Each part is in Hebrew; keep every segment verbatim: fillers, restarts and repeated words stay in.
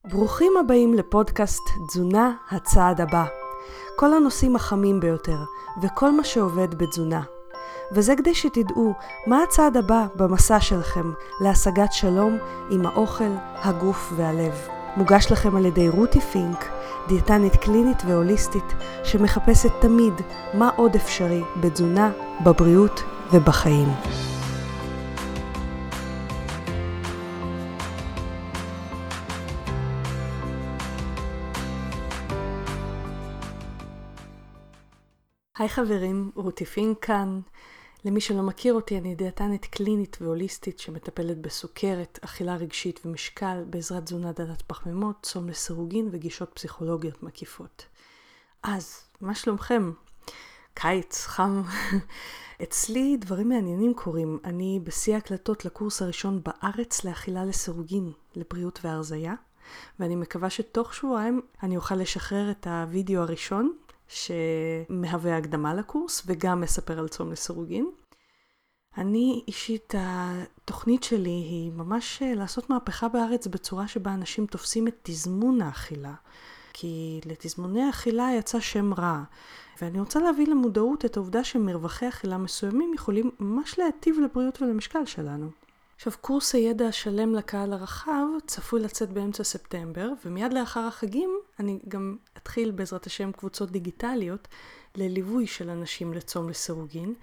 ברוכים הבאים לפודקאסט תזונה הצעד הבא. כל הנושאים החמים ביותר וכל מה שעובד בתזונה. וזה כדי שתדעו מה הצעד הבא במסע שלכם להשגת שלום עם האוכל, הגוף והלב. מוגש לכם על ידי רותי פינק, דיאטנית קלינית והוליסטית שמחפשת תמיד מה עוד אפשרי בתזונה, בבריאות ובחיים. היי חברים, רותי פינק כאן. למי שלא מכיר אותי, אני דיאטנית קלינית והוליסטית שמטפלת בסוכרת, אכילה רגשית ומשקל בעזרת תזונה דלת פחמימות, צום לסירוגין וגישות פסיכולוגיות מקיפות. אז, מה שלומכם? קיץ, חם. אצלי דברים מעניינים קורים. אני בשיא ההקלטות לקורס הראשון בארץ לאכילה לסירוגין, לבריאות והרזיה, ואני מקווה שתוך שבועיים אני אוכל לשחרר את הוידאו הראשון, שמהווה הקדמה לקורס וגם מספר על צום לסירוגין. אני אישית, התוכנית שלי היא ממש לעשות מהפכה בארץ בצורה שבה אנשים תופסים את תזמון האכילה. כי לתזמוני האכילה יצא שם רע. ואני רוצה להביא למודעות את העובדה שמרווחי אכילה מסוימים יכולים ממש להטיב לבריאות ולמשקל שלנו. עכשיו, קורס הידע השלם לקהל הרחב צפוי לצאת באמצע ספטמבר, ומיד לאחר החגים אני גם אתחיל בעזרת השם קבוצות דיגיטליות לליווי של אנשים לצום לסירוגין,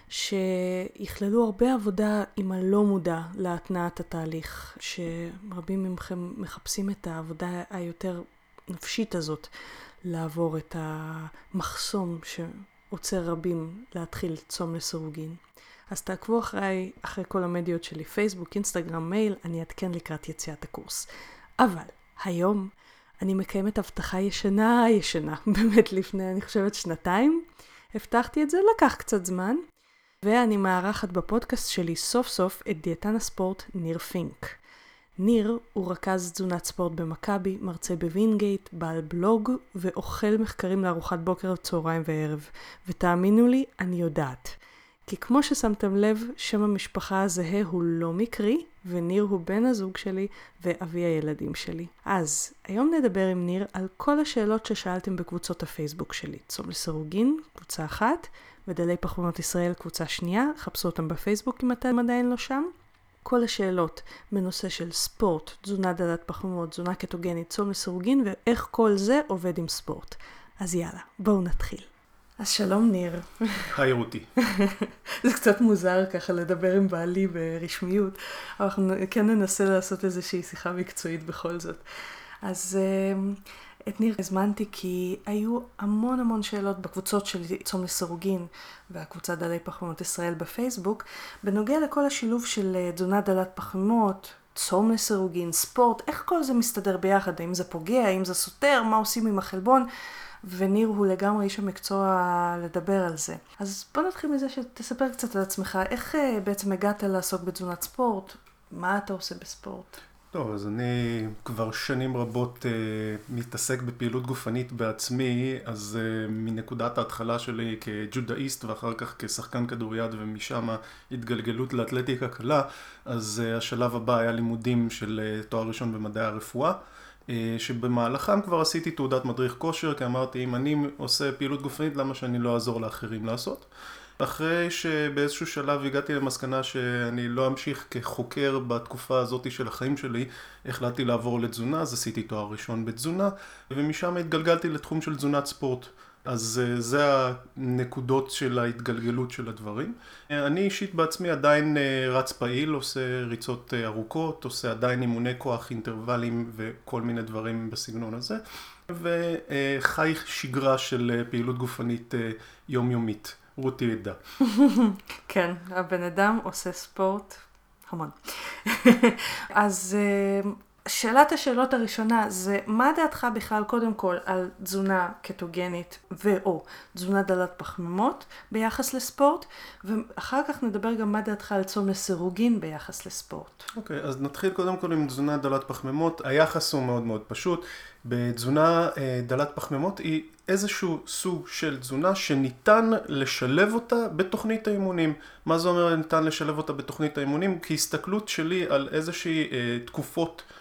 שיכללו הרבה עבודה עם הלא מודע להתנעת התהליך, שרבים מכם מחפשים את העבודה היותר נפשית הזאת, לעבור את המחסום שעוצר רבים להתחיל צום לסירוגין. אז תעקבו אחרי, אחרי כל המדיות שלי, פייסבוק, אינסטגרם, מייל, אני אעדכן לקראת יציאת הקורס. אבל היום אני מקיימת הבטחה ישנה, ישנה, באמת לפני, אני חושבת, שנתיים. הבטחתי את זה, לקח קצת זמן, ואני מארחת בפודקאסט שלי סוף סוף את דיאטן הספורט ניר פינק. ניר הוא רכז תזונת ספורט במכבי, מרצה בווינגייט, בעל בלוג ואוכל מחקרים לארוחת בוקר, צהריים וערב. ותאמינו לי, אני יודעת. כי כמו ששמתם לב, שם המשפחה הזהה הוא לא מקרי, וניר הוא בן הזוג שלי ואבי הילדים שלי. אז, היום נדבר עם ניר על כל השאלות ששאלתם בקבוצות הפייסבוק שלי. צום לסירוגין, קבוצה אחת, ודלי פחמימות ישראל, קבוצה שנייה. חפשו אותם בפייסבוק אם אתם עדיין לא שם. כל השאלות בנושא של ספורט, תזונה דלת פחמימות, תזונה קטוגנית, צום לסירוגין, ואיך כל זה עובד עם ספורט. אז יאללה, בואו נתחיל. אז שלום ניר. היי רותי. זה קצת מוזר ככה לדבר עם בעלי ברשמיות, אבל אנחנו כן ננסה לעשות איזושהי שיחה מקצועית בכל זאת. אז את ניר הזמנתי כי היו המון המון שאלות בקבוצות של צום לסירוגין והקבוצה דלי פחמימות ישראל בפייסבוק, בנוגע לכל השילוב של תזונה דלת פחמימות, צום לסירוגין, ספורט, איך כל זה מסתדר ביחד, האם זה פוגע, האם זה סותר, מה עושים עם החלבון, וניר הוא לגמרי איש המקצוע לדבר על זה. אז בוא נתחיל מזה שתספר קצת על עצמך, איך בעצם הגעת לעסוק בתזונת ספורט, מה אתה עושה בספורט? טוב, אז אני כבר שנים רבות אה, מתעסק בפעילות גופנית בעצמי, אז אה, מנקודת ההתחלה שלי כג'ודאיסט ואחר כך כשחקן כדוריד ומשם התגלגלות לאתלטיקה קלה, אז אה, השלב הבא היה לימודים של אה, תואר ראשון במדעי הרפואה, שבמהלכם כבר עשיתי תעודת מדריך כושר, כי אמרתי, אם אני עושה פעילות גופנית, למה שאני לא אעזור לאחרים לעשות? אחרי שבאיזשהו שלב הגעתי למסקנה שאני לא אמשיך כחוקר בתקופה הזאת של החיים שלי, החלטתי לעבור לתזונה, אז עשיתי תואר ראשון בתזונה, ומשם התגלגלתי לתחום של תזונת ספורט. אז זה הנקודות של ההתגלגלות של הדברים. אני אישית בעצמי עדיין רץ פעיל, עושה ריצות ארוכות, עושה עדיין אימוני כוח, אינטרוולים וכל מיני דברים בסגנון הזה, וחי שגרה של פעילות גופנית יומיומית. רותי ידע. כן, הבן אדם עושה ספורט המון. אז שאלת השאלות הראשונה זה, מה דעתך בכלל קודם כל על תזונה קטוגנית ו/או תזונה דלת פחמימות ביחס לספורט, ואחר כך נדבר גם מה דעתך על צום לסירוגין ביחס לספורט. אוקיי, אז נתחיל קודם כל עם תזונה דלת פחמימות. היחס הוא מאוד מאוד פשוט. בתזונה דלת פחמימות היא איזשהו סוג של תזונה שניתן לשלב אותה בתוכנית האימונים. מה זה אומר ניתן לשלב אותה בתוכנית האימונים? כי הסתכלות שלי על איזושהי תקופות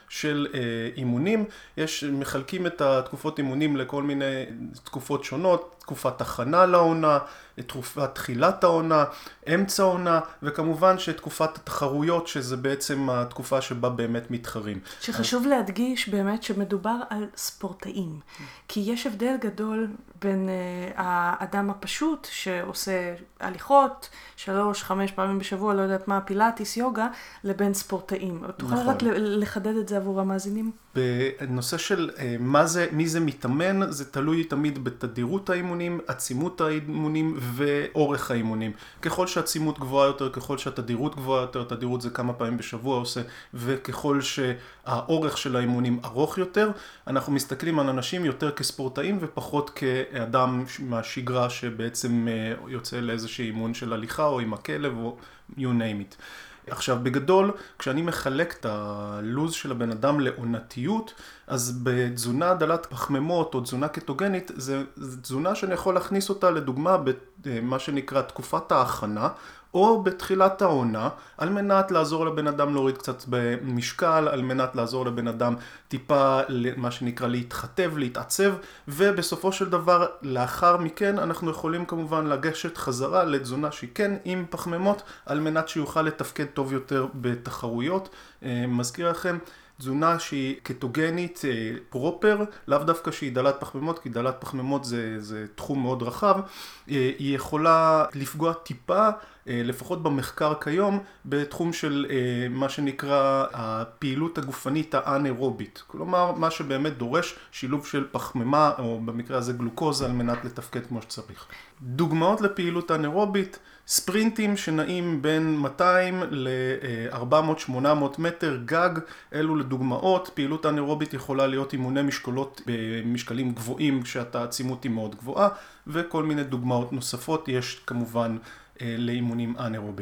של אה, אימונים. יש, מחלקים את התקופות אימונים לכל מיני תקופות שונות, תקופת הכנה לעונה, תקופת תחילת העונה, אמצע העונה, וכמובן שתקופת התחרויות, שזה בעצם התקופה שבה באמת מתחרים. שחשוב אז... להדגיש באמת שמדובר על ספורטאים, כי יש הבדל גדול בין uh, האדם הפשוט שעושה הליכות, שלוש, חמש פעמים בשבוע, לא יודעת מה, פילאטיס, יוגה, לבין ספורטאים. תוכל נכון. רק לחדד את זה עבור המאזינים? בנושא של uh, מה זה, מי זה מתאמן, זה תלוי תמיד בתדירות האימונים, עצימות האימונים ואורך האימונים. ככל שהעצימות גבוהה יותר, ככל שהתדירות גבוהה יותר, תדירות זה כמה פעמים בשבוע עושה, וככל שהאורך של האימונים ארוך יותר, אנחנו מסתכלים על אנשים יותר כספורטאים ופחות כאדם מהשגרה שבעצם uh, יוצא לאיזושהי אימון של הליכה או עם הכלב או you name it. עכשיו בגדול, כשאני מחלק את הלוז של הבן אדם לעונתיות, אז בתזונה דלת פחמימות או תזונה קטוגנית, זה תזונה שאני יכול להכניס אותה לדוגמה במה שנקרא תקופת ההכנה, או בתחילת העונה, על מנת לעזור לבן אדם להוריד קצת במשקל, על מנת לעזור לבן אדם טיפה, מה שנקרא, להתחתב, להתעצב, ובסופו של דבר, לאחר מכן, אנחנו יכולים כמובן לגשת חזרה לתזונה שהיא כן עם פחמימות, על מנת שיוכל לתפקד טוב יותר בתחרויות. מזכיר לכם, תזונה שהיא קטוגנית פרופר, לאו דווקא שהיא דלת פחמימות, כי דלת פחמימות זה, זה תחום מאוד רחב, היא יכולה לפגוע טיפה, לפחות במחקר כיום, בתחום של מה שנקרא הפעילות הגופנית האנאירובית. כלומר, מה שבאמת דורש שילוב של פחמימה, או במקרה הזה גלוקוזה, על מנת לתפקד כמו שצריך. דוגמאות לפעילות אנאירובית, ספרינטים שנעים בין מאתיים ל-ארבע מאות שמונה מאות מטר גג, אלו לדוגמאות. פעילות אנאירובית יכולה להיות אימוני משקולות במשקלים גבוהים כשהתה עצימות היא מאוד גבוהה, וכל מיני דוגמאות נוספות יש כמובן לאימונים אנאירוביים.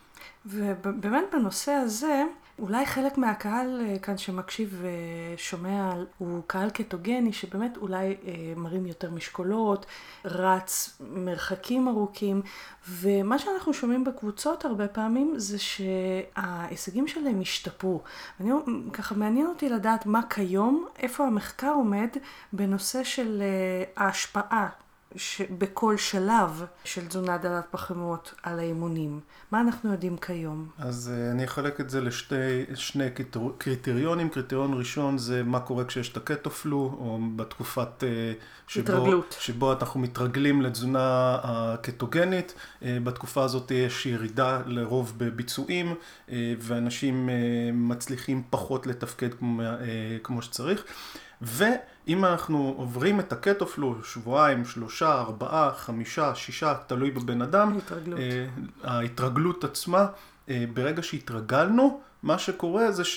ובאמת בנושא הזה, אולי חלק מהקהל כאן שמקשיב ושומע הוא קהל קטוגני, שבאמת אולי מרים יותר משקולות, רץ מרחקים ארוכים, ומה שאנחנו שומעים בקבוצות הרבה פעמים זה שההישגים שלהם השתפרו. אני, ככה מעניין אותי לדעת מה כיום, איפה המחקר עומד בנושא של ההשפעה בכל שלב של תזונה דלת פחמימות על האימונים. מה אנחנו יודעים כיום? אז אני אחלק את זה לשני קריטריונים. קריטריון ראשון זה מה קורה כשיש את הקטופלו, או בתקופת שבו, שבו אנחנו מתרגלים לתזונה הקטוגנית. בתקופה הזאת יש ירידה לרוב בביצועים, ואנשים מצליחים פחות לתפקד כמו, כמו שצריך. ואם אנחנו עוברים את הקטופלו, שבועיים, שלושה, ארבעה, חמישה, שישה, תלוי בבן אדם, התרגלות. ההתרגלות עצמה, ברגע שהתרגלנו, מה שקורה זה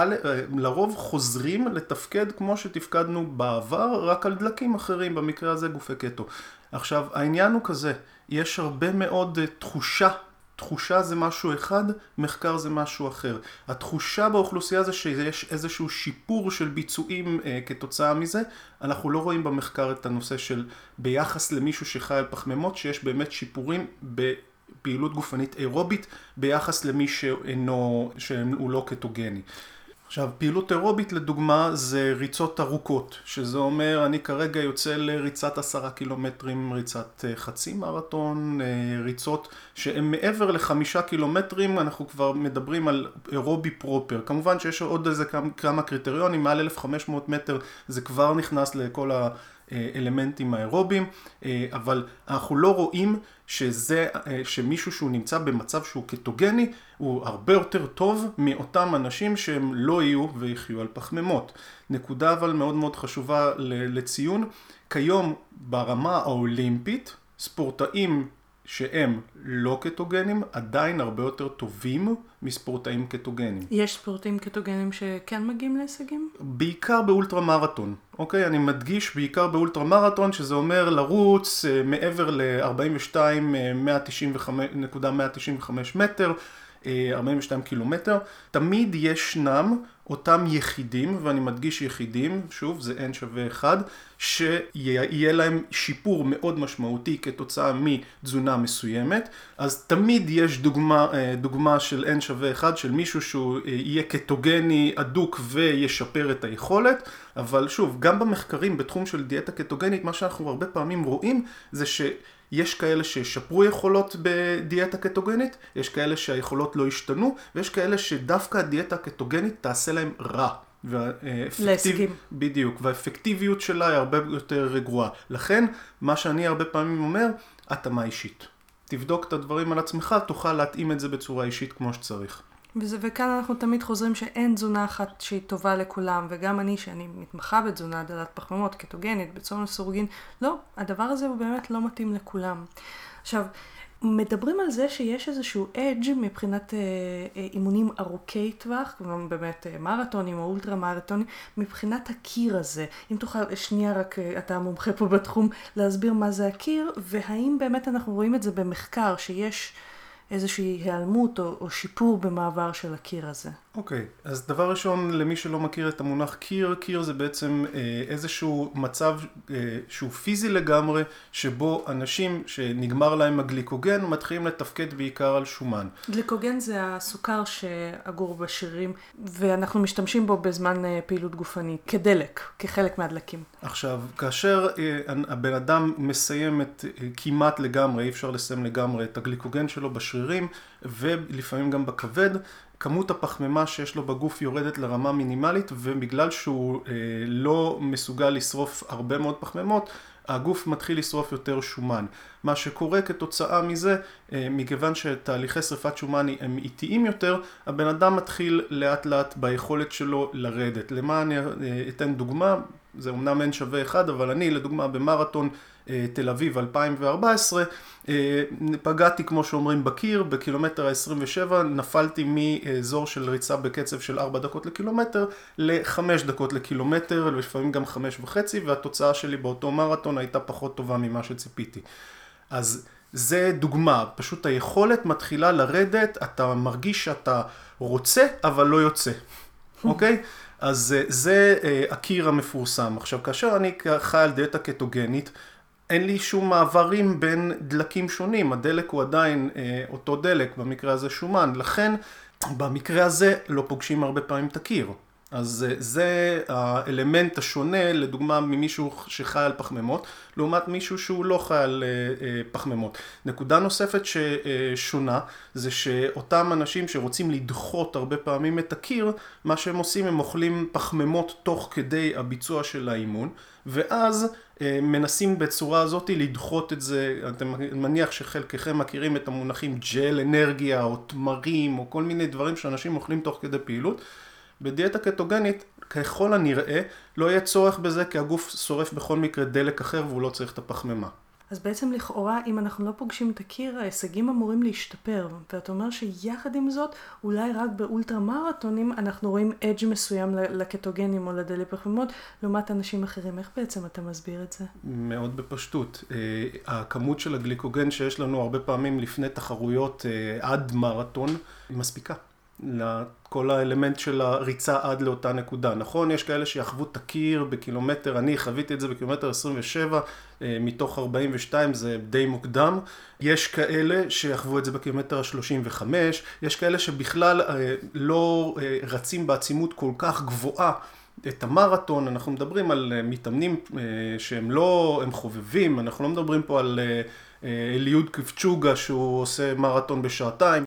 שלרוב חוזרים לתפקד כמו שתפקדנו בעבר, רק על דלקים אחרים, במקרה הזה גופי קטו. עכשיו, העניין הוא כזה, יש הרבה מאוד תחושה, תחושה זה משהו אחד, מחקר זה משהו אחר. התחושה באוכלוסייה זה שיש איזשהו שיפור של ביצועים אה, כתוצאה מזה. אנחנו לא רואים במחקר את הנושא של ביחס למישהו שחי על פחמימות, שיש באמת שיפורים בפעילות גופנית אירובית ביחס למי שאינו, שהוא לא קטוגני. עכשיו, פעילות אירובית לדוגמה זה ריצות ארוכות, שזה אומר אני כרגע יוצא לריצת עשרה קילומטרים, ריצת חצי מרתון, ריצות שהן מעבר לחמישה קילומטרים, אנחנו כבר מדברים על אירובי פרופר. כמובן שיש עוד איזה כמה קריטריונים, מעל אלף וחמש מאות מטר זה כבר נכנס לכל האלמנטים האירוביים, אבל אנחנו לא רואים שזה, שמישהו שהוא נמצא במצב שהוא קטוגני, הוא הרבה יותר טוב מאותם אנשים שהם לא יהיו ויחיו על פחמימות. נקודה אבל מאוד מאוד חשובה לציון, כיום ברמה האולימפית, ספורטאים שהם לא קטוגנים עדיין הרבה יותר טובים מספורטאים קטוגנים. יש ספורטאים קטוגנים שכן מגיעים להישגים? בעיקר באולטרה מרתון. אוקיי, אני מדגיש בעיקר באולטרה מרתון, שזה אומר לרוץ מעבר ל-ארבעים ושתיים נקודה מאה תשעים וחמש מטר, ארבעים ושתיים קילומטר. תמיד ישנם אותם יחידים, ואני מדגיש יחידים, שוב, זה N שווה אחד, שיהיה להם שיפור מאוד משמעותי כתוצאה מתזונה מסוימת. אז תמיד יש דוגמה, דוגמה של N שווה אחד, של מישהו שהוא יהיה קטוגני אדוק וישפר את היכולת, אבל שוב, גם במחקרים בתחום של דיאטה קטוגנית, מה שאנחנו הרבה פעמים רואים זה ש... יש כאלה ששפרו יכולות בדיאטה קטוגנית, יש כאלה שהיכולות לא השתנו, ויש כאלה שדווקא הדיאטה הקטוגנית תעשה להם רע. להסכים. בדיוק, והאפקטיביות שלה היא הרבה יותר גרועה. לכן, מה שאני הרבה פעמים אומר, התאמה אישית. תבדוק את הדברים על עצמך, תוכל להתאים את זה בצורה אישית כמו שצריך. וזה, וכאן אנחנו תמיד חוזרים שאין תזונה אחת שהיא טובה לכולם, וגם אני שאני מתמחה בתזונה דלת פחמימות, קטוגנית, בצום לסירוגין, לא, הדבר הזה הוא באמת לא מתאים לכולם. עכשיו, מדברים על זה שיש איזשהו אדג' מבחינת אה, אה, אימונים ארוכי טווח, כמו באמת אה, מרתונים או אולטרה מרתונים, מבחינת הקיר הזה. אם תוכל, שנייה רק, אה, אתה מומחה פה בתחום, להסביר מה זה הקיר, והאם באמת אנחנו רואים את זה במחקר, שיש איזושהי העלמות או, או שיפור במעבר של הקיר הזה. אוקיי, okay. אז דבר ראשון, למי שלא מכיר את המונח קיר, קיר זה בעצם אה, איזשהו מצב אה, שהוא פיזי לגמרי, שבו אנשים שנגמר להם הגליקוגן מתחילים לתפקד בעיקר על שומן. גליקוגן זה הסוכר שאגור בשרירים, ואנחנו משתמשים בו בזמן אה, פעילות גופנית, כדלק, כחלק מהדלקים. עכשיו, כאשר אה, הבן אדם מסיים את אה, כמעט לגמרי, אי אפשר לסיים לגמרי את הגליקוגן שלו בשרירים, ולפעמים גם בכבד, כמות הפחמימה שיש לו בגוף יורדת לרמה מינימלית, ובגלל שהוא אה, לא מסוגל לשרוף הרבה מאוד פחמימות, הגוף מתחיל לשרוף יותר שומן. מה שקורה כתוצאה מזה, אה, מכיוון שתהליכי שריפת שומן הם איטיים יותר, הבן אדם מתחיל לאט לאט ביכולת שלו לרדת. למה אני אה, אתן דוגמה? זה אומנם אין שווה אחד, אבל אני לדוגמה במרתון תל אביב אלפיים וארבע עשרה, פגעתי כמו שאומרים בקיר, בקילומטר ה-עשרים ושבע, נפלתי מאזור של ריצה בקצב של ארבע דקות לקילומטר ל-חמש דקות לקילומטר, לפעמים גם חמש וחצי, והתוצאה שלי באותו מרתון הייתה פחות טובה ממה שציפיתי. אז זה דוגמה, פשוט היכולת מתחילה לרדת, אתה מרגיש שאתה רוצה אבל לא יוצא, אוקיי? אז זה הקיר המפורסם. עכשיו, כאשר אני חי על דיאטה קטוגנית, אין לי שום מעברים בין דלקים שונים. הדלק הוא עדיין אה, אותו דלק, במקרה הזה שומן. לכן, במקרה הזה לא פוגשים הרבה פעמים את הקיר. אז אה, זה האלמנט השונה, לדוגמה, ממישהו שחי על פחמימות, לעומת מישהו שהוא לא חי על אה, אה, פחמימות. נקודה נוספת ששונה, זה שאותם אנשים שרוצים לדחות הרבה פעמים את הקיר, מה שהם עושים, הם אוכלים פחמימות תוך כדי הביצוע של האימון, ואז מנסים בצורה הזאת לדחות את זה. אתם מניח שחלקכם מכירים את המונחים ג'ל אנרגיה או תמרים או כל מיני דברים שאנשים אוכלים תוך כדי פעילות. בדיאטה קטוגנית ככל הנראה לא יהיה צורך בזה, כי הגוף שורף בכל מקרה דלק אחר והוא לא צריך את הפחמימה. אז בעצם לכאורה, אם אנחנו לא פוגשים את הקיר, ההישגים אמורים להשתפר. ואתה אומר שיחד עם זאת, אולי רק באולטרה מרתונים אנחנו רואים אדג' מסוים לקטוגנים או לדלי פחמימות, לעומת אנשים אחרים. איך בעצם אתה מסביר את זה? מאוד בפשטות. הכמות של הגליקוגן שיש לנו הרבה פעמים לפני תחרויות עד מרתון, היא מספיקה. לכל האלמנט של הריצה עד לאותה נקודה. נכון, יש כאלה שיחוו את הקיר בקילומטר, אני חוויתי את זה בקילומטר עשרים ושבע, מתוך ארבעים ושתיים, זה די מוקדם. יש כאלה שיחוו את זה בקילומטר ה-שלושים וחמש, יש כאלה שבכלל לא רצים בעצימות כל כך גבוהה. את המרתון, אנחנו מדברים על מתאמנים שהם לא, הם חובבים, אנחנו לא מדברים פה על אליוד קיפצ'וגה שהוא עושה מרתון בשעתיים.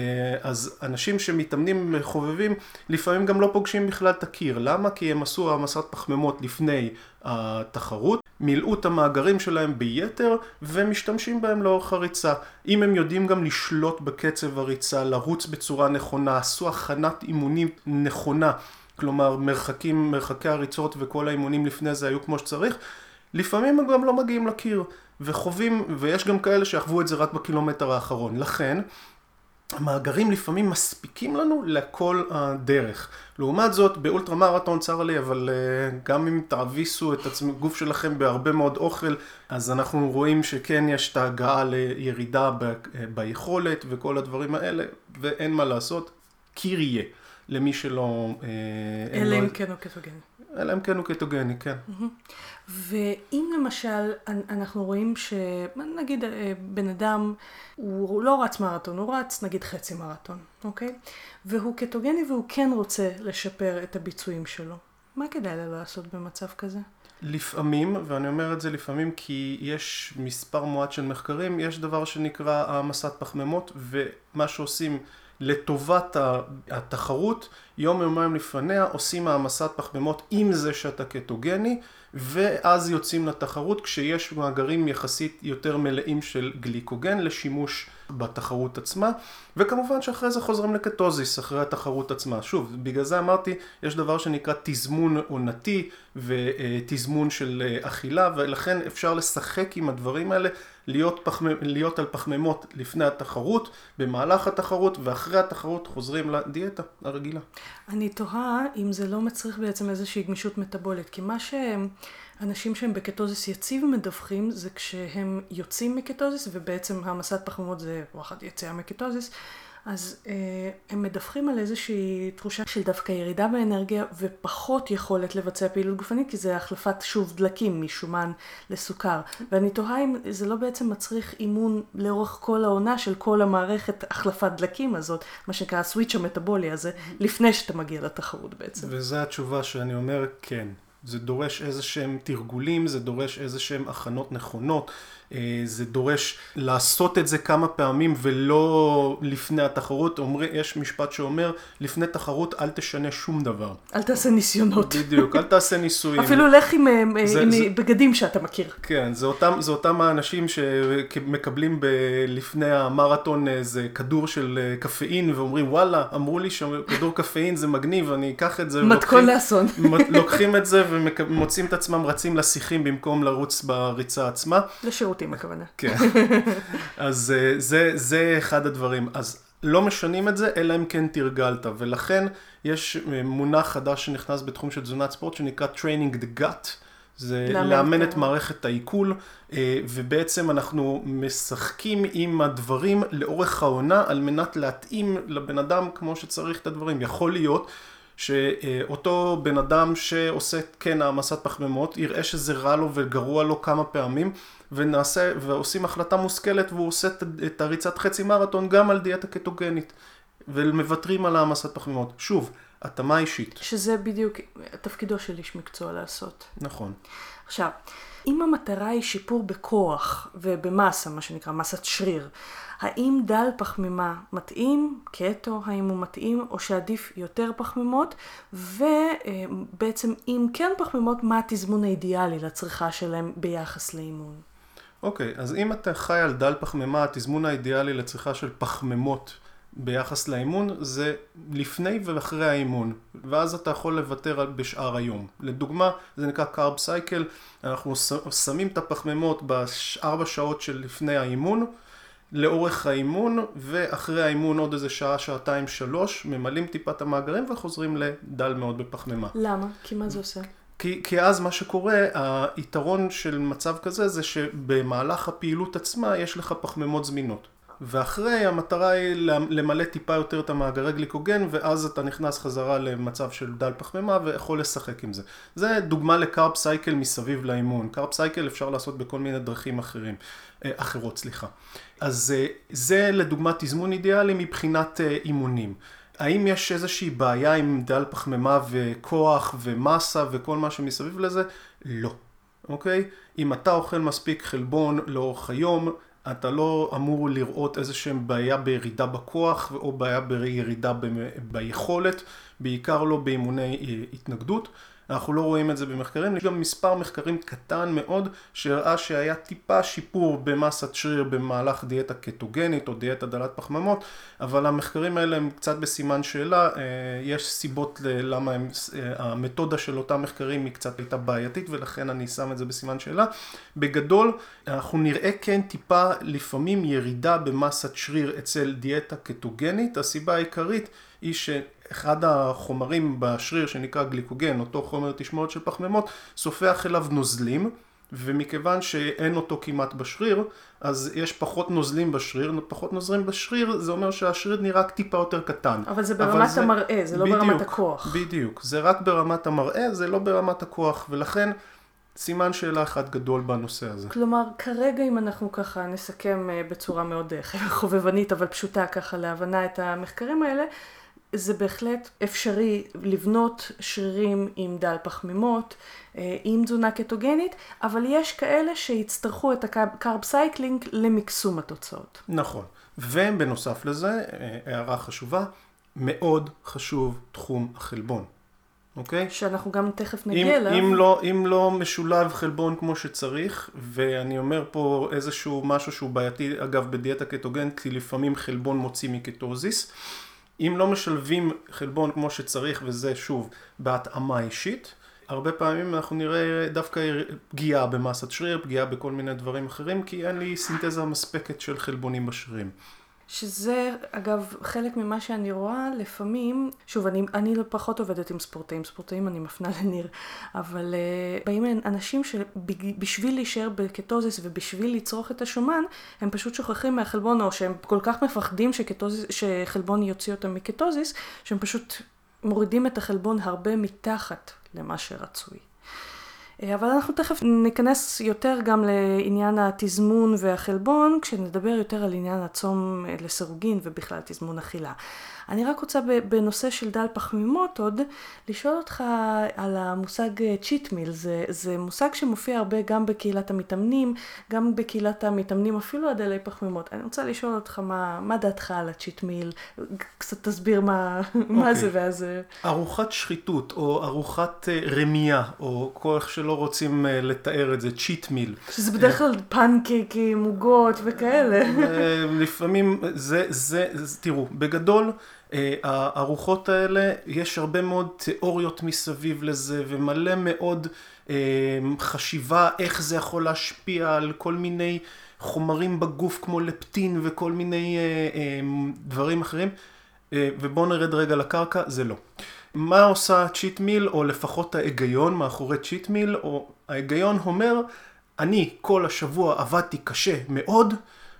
אז אנשים שמתאמנים חובבים לפעמים גם לא פוגשים בכלל את הקיר. למה? כי הם עשו המסת פחמימות לפני התחרות, מילאו את המאגרים שלהם ביתר ומשתמשים בהם לאורך הריצה. אם הם יודעים גם לשלוט בקצב הריצה, לרוץ בצורה נכונה, עשו הכנת אימונים נכונה, כלומר מרחקים, מרחקי הריצות וכל האימונים לפני זה היו כמו שצריך, לפעמים הם גם לא מגיעים לקיר וחווים, ויש גם כאלה שיחוו את זה רק בקילומטר האחרון. לכן המאגרים לפעמים מספיקים לנו לכל הדרך. לעומת זאת, באולטרה מרתון צר לי, אבל גם אם תעביסו את הגוף שלכם בהרבה מאוד אוכל, אז אנחנו רואים שכן יש את ההגעה לירידה ב- ביכולת וכל הדברים האלה, ואין מה לעשות, קיר יהיה. למי שלא... אלא אם כן הוא קטוגני. אלא אם כן הוא קטוגני, כן. ואם למשל אנחנו רואים שנגיד בן אדם הוא לא רץ מרתון, הוא רץ נגיד חצי מרתון, אוקיי? והוא קטוגני והוא כן רוצה לשפר את הביצועים שלו. מה כדאי לו לעשות במצב כזה? לפעמים, ואני אומר את זה לפעמים כי יש מספר מועט של מחקרים, יש דבר שנקרא העמסת פחמימות, ומה שעושים לטובת התחרות, יום יומיים לפניה עושים העמסת פחמימות עם זה שאתה קטוגני, ואז יוצאים לתחרות כשיש מאגרים יחסית יותר מלאים של גליקוגן לשימוש בתחרות עצמה, וכמובן שאחרי זה חוזרים לקטוזיס אחרי התחרות עצמה. שוב, בגלל זה אמרתי, יש דבר שנקרא תזמון עונתי ותזמון של אכילה, ולכן אפשר לשחק עם הדברים האלה, להיות, פחמ... להיות על פחמימות לפני התחרות, במהלך התחרות, ואחרי התחרות חוזרים לדיאטה הרגילה. אני תוהה אם זה לא מצריך בעצם איזושהי גמישות מטאבולית, כי מה שאנשים שהם בקטוזיס יציב מדווחים, זה כשהם יוצאים מקטוזיס, ובעצם העמסת פחמימות זה וואחד יציאה מקטוזיס, אז אה, הם מדווחים על איזושהי תחושה של דווקא ירידה באנרגיה ופחות יכולת לבצע פעילות גופנית, כי זה החלפת שוב דלקים משומן לסוכר. ואני תוהה אם זה לא בעצם מצריך אימון לאורך כל העונה של כל המערכת החלפת דלקים הזאת, מה שנקרא הסוויץ' המטאבולי הזה, לפני שאתה מגיע לתחרות בעצם. וזו התשובה שאני אומר, כן. זה דורש איזה שהם תרגולים, זה דורש איזה שהם הכנות נכונות, זה דורש לעשות את זה כמה פעמים ולא לפני התחרות. אומר, יש משפט שאומר, לפני תחרות אל תשנה שום דבר. אל תעשה ניסיונות. בדיוק, אל תעשה ניסויים. אפילו לך עם, זה, עם זה, בגדים שאתה מכיר. כן, זה אותם, זה אותם האנשים שמקבלים ב, לפני המרתון איזה כדור של קפאין ואומרים, וואלה, אמרו לי שכדור קפאין זה מגניב, אני אקח את זה. מתכון לאסון. לוקחים את זה ומוצאים את עצמם רצים לשיחים במקום לרוץ בריצה עצמה. לשירותים הכוונה. כן. אז זה, זה אחד הדברים. אז לא משנים את זה, אלא אם כן תרגלת. ולכן יש מונח חדש שנכנס בתחום של תזונת ספורט, שנקרא Training the Gut. זה לאמן את מערכת העיכול, ובעצם אנחנו משחקים עם הדברים לאורך העונה, על מנת להתאים לבן אדם כמו שצריך את הדברים. יכול להיות שאותו בן אדם שעושה כן העמסת פחמימות, יראה שזה רע לו וגרוע לו כמה פעמים, ונעשה, ועושים החלטה מושכלת, והוא עושה את הריצת חצי מרתון גם על דיאטה קטוגנית, ומוותרים על העמסת פחמימות. שוב, התאמה אישית. שזה בדיוק תפקידו של איש מקצוע לעשות. נכון. עכשיו, אם המטרה היא שיפור בכוח ובמסה, מה שנקרא מסת שריר, האם דל פחמימה מתאים, קטו, האם הוא מתאים, או שעדיף יותר פחמימות, ובעצם אם כן פחמימות, מה התזמון האידיאלי לצריכה שלהם ביחס לאימון? אוקיי, אז אם אתה חי על דל פחמימה, התזמון האידיאלי לצריכה של פחמימות ביחס לאימון זה לפני ואחרי האימון, ואז אתה יכול לוותר בשאר היום. לדוגמה, זה נקרא קארב סייקל, אנחנו שמים את הפחמימות בארבע שעות של לפני האימון, לאורך האימון, ואחרי האימון עוד איזה שעה, שעתיים, שלוש, ממלאים טיפת המאגרים וחוזרים לדל מאוד בפחמימה. למה? כי מה זה עושה? כי, כי אז מה שקורה, היתרון של מצב כזה זה שבמהלך הפעילות עצמה יש לך פחמימות זמינות. ואחרי המטרה היא למלא טיפה יותר את המאגרי גליקוגן, ואז אתה נכנס חזרה למצב של דל פחמימה ויכול לשחק עם זה. זה דוגמה לקארב סייקל מסביב לאימון. קארב סייקל אפשר לעשות בכל מיני דרכים אחרים, אחרות, סליחה. אז זה לדוגמה תזמון אידיאלי מבחינת אימונים. האם יש איזושהי בעיה עם דל פחמימה וכוח ומסה וכל מה שמסביב לזה? לא. אוקיי? אם אתה אוכל מספיק חלבון לאורך היום, אתה לא אמור לראות איזושהי בעיה בירידה בכוח או בעיה בירידה ב- ביכולת, בעיקר לא באימוני התנגדות. אנחנו לא רואים את זה במחקרים, יש גם מספר מחקרים קטן מאוד שהראה שהיה טיפה שיפור במסת שריר במהלך דיאטה קטוגנית או דיאטה דלת פחמימות, אבל המחקרים האלה הם קצת בסימן שאלה, יש סיבות למה הם, המתודה של אותם מחקרים היא קצת הייתה בעייתית ולכן אני שם את זה בסימן שאלה. בגדול אנחנו נראה כן טיפה לפעמים ירידה במסת שריר אצל דיאטה קטוגנית, הסיבה העיקרית היא ש... אחד החומרים בשריר שנקרא גליקוגן, אותו חומר תשמורת של פחמימות, סופח אליו נוזלים, ומכיוון שאין אותו כמעט בשריר, אז יש פחות נוזלים בשריר, פחות נוזלים בשריר, זה אומר שהשריר נראה טיפה יותר קטן. אבל זה ברמת אבל זה, המראה, זה לא בדיוק, ברמת הכוח. בדיוק, זה רק ברמת המראה, זה לא ברמת הכוח, ולכן סימן שאלה אחד גדול בנושא הזה. כלומר, כרגע אם אנחנו ככה נסכם בצורה מאוד חובבנית, אבל פשוטה ככה להבנה את המחקרים האלה, זה בהחלט אפשרי לבנות שרירים עם דל פחמימות, עם תזונה קטוגנית, אבל יש כאלה שיצטרכו את הקארב סייקלינג למקסום התוצאות. נכון. ובנוסף לזה, הערה חשובה, מאוד חשוב תחום החלבון. אוקיי? שאנחנו גם תכף נגיע אליו. אם לא, אם לא משולב חלבון כמו שצריך, ואני אומר פה איזשהו משהו שהוא בעייתי, אגב, בדיאטה קטוגנית, כי לפעמים חלבון מוציא מקטוזיס, אם לא משלבים חלבון כמו שצריך, וזה שוב בהתאמה אישית, הרבה פעמים אנחנו נראה דווקא פגיעה במסת שריר, פגיעה בכל מיני דברים אחרים, כי אין לי סינתזה מספקת של חלבונים בשרירים. שזה, אגב, חלק ממה שאני רואה, לפעמים, שוב, אני, אני לא פחות עובדת עם ספורטאים, ספורטאים אני מפנה לניר, אבל uh, באים אנשים שבשביל להישאר בקטוזיס ובשביל לצרוך את השומן, הם פשוט שוכחים מהחלבון, או שהם כל כך מפחדים שקטוזיס, שחלבון יוציא אותם מקטוזיס, שהם פשוט מורידים את החלבון הרבה מתחת למה שרצוי. אבל אנחנו תכף ניכנס יותר גם לעניין התזמון והחלבון, כשנדבר יותר על עניין הצום לסירוגין ובכלל תזמון אכילה. אני רק רוצה בנושא של דל פחמימות עוד, לשאול אותך על המושג צ'יט מיל. זה, זה מושג שמופיע הרבה גם בקהילת המתאמנים, גם בקהילת המתאמנים אפילו הדלי פחמימות. אני רוצה לשאול אותך מה, מה דעתך על הצ'יט מיל, קצת תסביר מה, okay. מה זה ואז... ארוחת שחיתות או ארוחת רמייה, או כל איך שלא רוצים לתאר את זה, צ'יט מיל. שזה בדרך כלל פנקייקים, עוגות וכאלה. לפעמים זה, זה, זה, תראו, בגדול, הארוחות האלה, יש הרבה מאוד תיאוריות מסביב לזה, ומלא מאוד חשיבה איך זה יכול להשפיע על כל מיני חומרים בגוף, כמו לפטין וכל מיני דברים אחרים, ובואו נרד רגע לקרקע, זה לא. מה עושה צ'יט מיל, או לפחות ההיגיון מאחורי צ'יט מיל, או ההיגיון אומר, אני כל השבוע עבדתי קשה מאוד,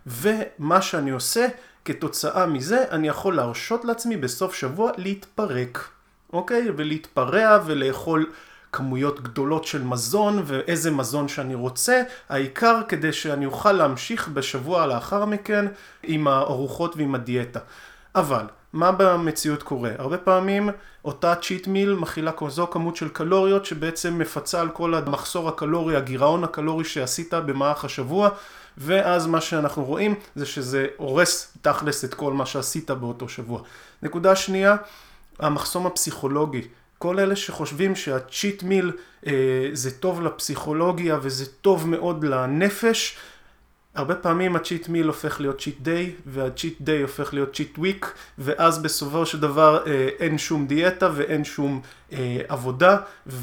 ומה שאני עושה, כתוצאה מזה אני יכול להרשות לעצמי בסוף שבוע להתפרק, אוקיי? ולהתפרע ולאכול כמויות גדולות של מזון ואיזה מזון שאני רוצה, העיקר כדי שאני אוכל להמשיך בשבוע לאחר מכן עם הארוחות ועם הדיאטה. אבל מה במציאות קורה? הרבה פעמים אותה צ'יט מיל מכילה כזו כמות של קלוריות שבעצם מפצה על כל המחסור הקלורי, הגירעון הקלורי שעשית במהלך השבוע, ואז מה שאנחנו רואים זה שזה הורס תכלס את כל מה שעשית באותו שבוע. נקודה שנייה, המחסום הפסיכולוגי. כל אלה שחושבים שהצ'יט מיל אה, זה טוב לפסיכולוגיה וזה טוב מאוד לנפש, הרבה פעמים הצ'יט מיל הופך להיות צ'יט דיי, והצ'יט דיי הופך להיות צ'יט וויק, ואז בסופו של דבר אה, אין שום דיאטה ואין שום אה, עבודה,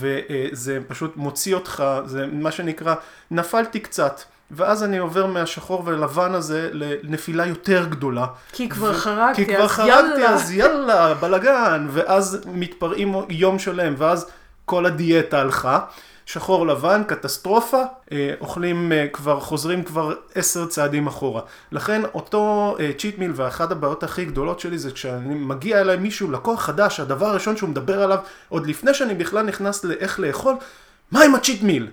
וזה פשוט מוציא אותך, זה מה שנקרא, נפלתי קצת. ואז אני עובר מהשחור ולבן הזה לנפילה יותר גדולה. כי כבר ו... חרגתי, כי כבר אז חרגתי, יאללה. אז יאללה, בלגן, ואז מתפרעים יום שלם, ואז כל הדיאטה הלכה. שחור לבן, קטסטרופה, אוכלים כבר, חוזרים כבר עשר צעדים אחורה. לכן אותו צ'יט מיל, ואחת הבעיות הכי גדולות שלי זה כשאני מגיע אליי מישהו, לקוח חדש, הדבר הראשון שהוא מדבר עליו, עוד לפני שאני בכלל נכנס לאיך לאכול, מה עם הצ'יט מיל?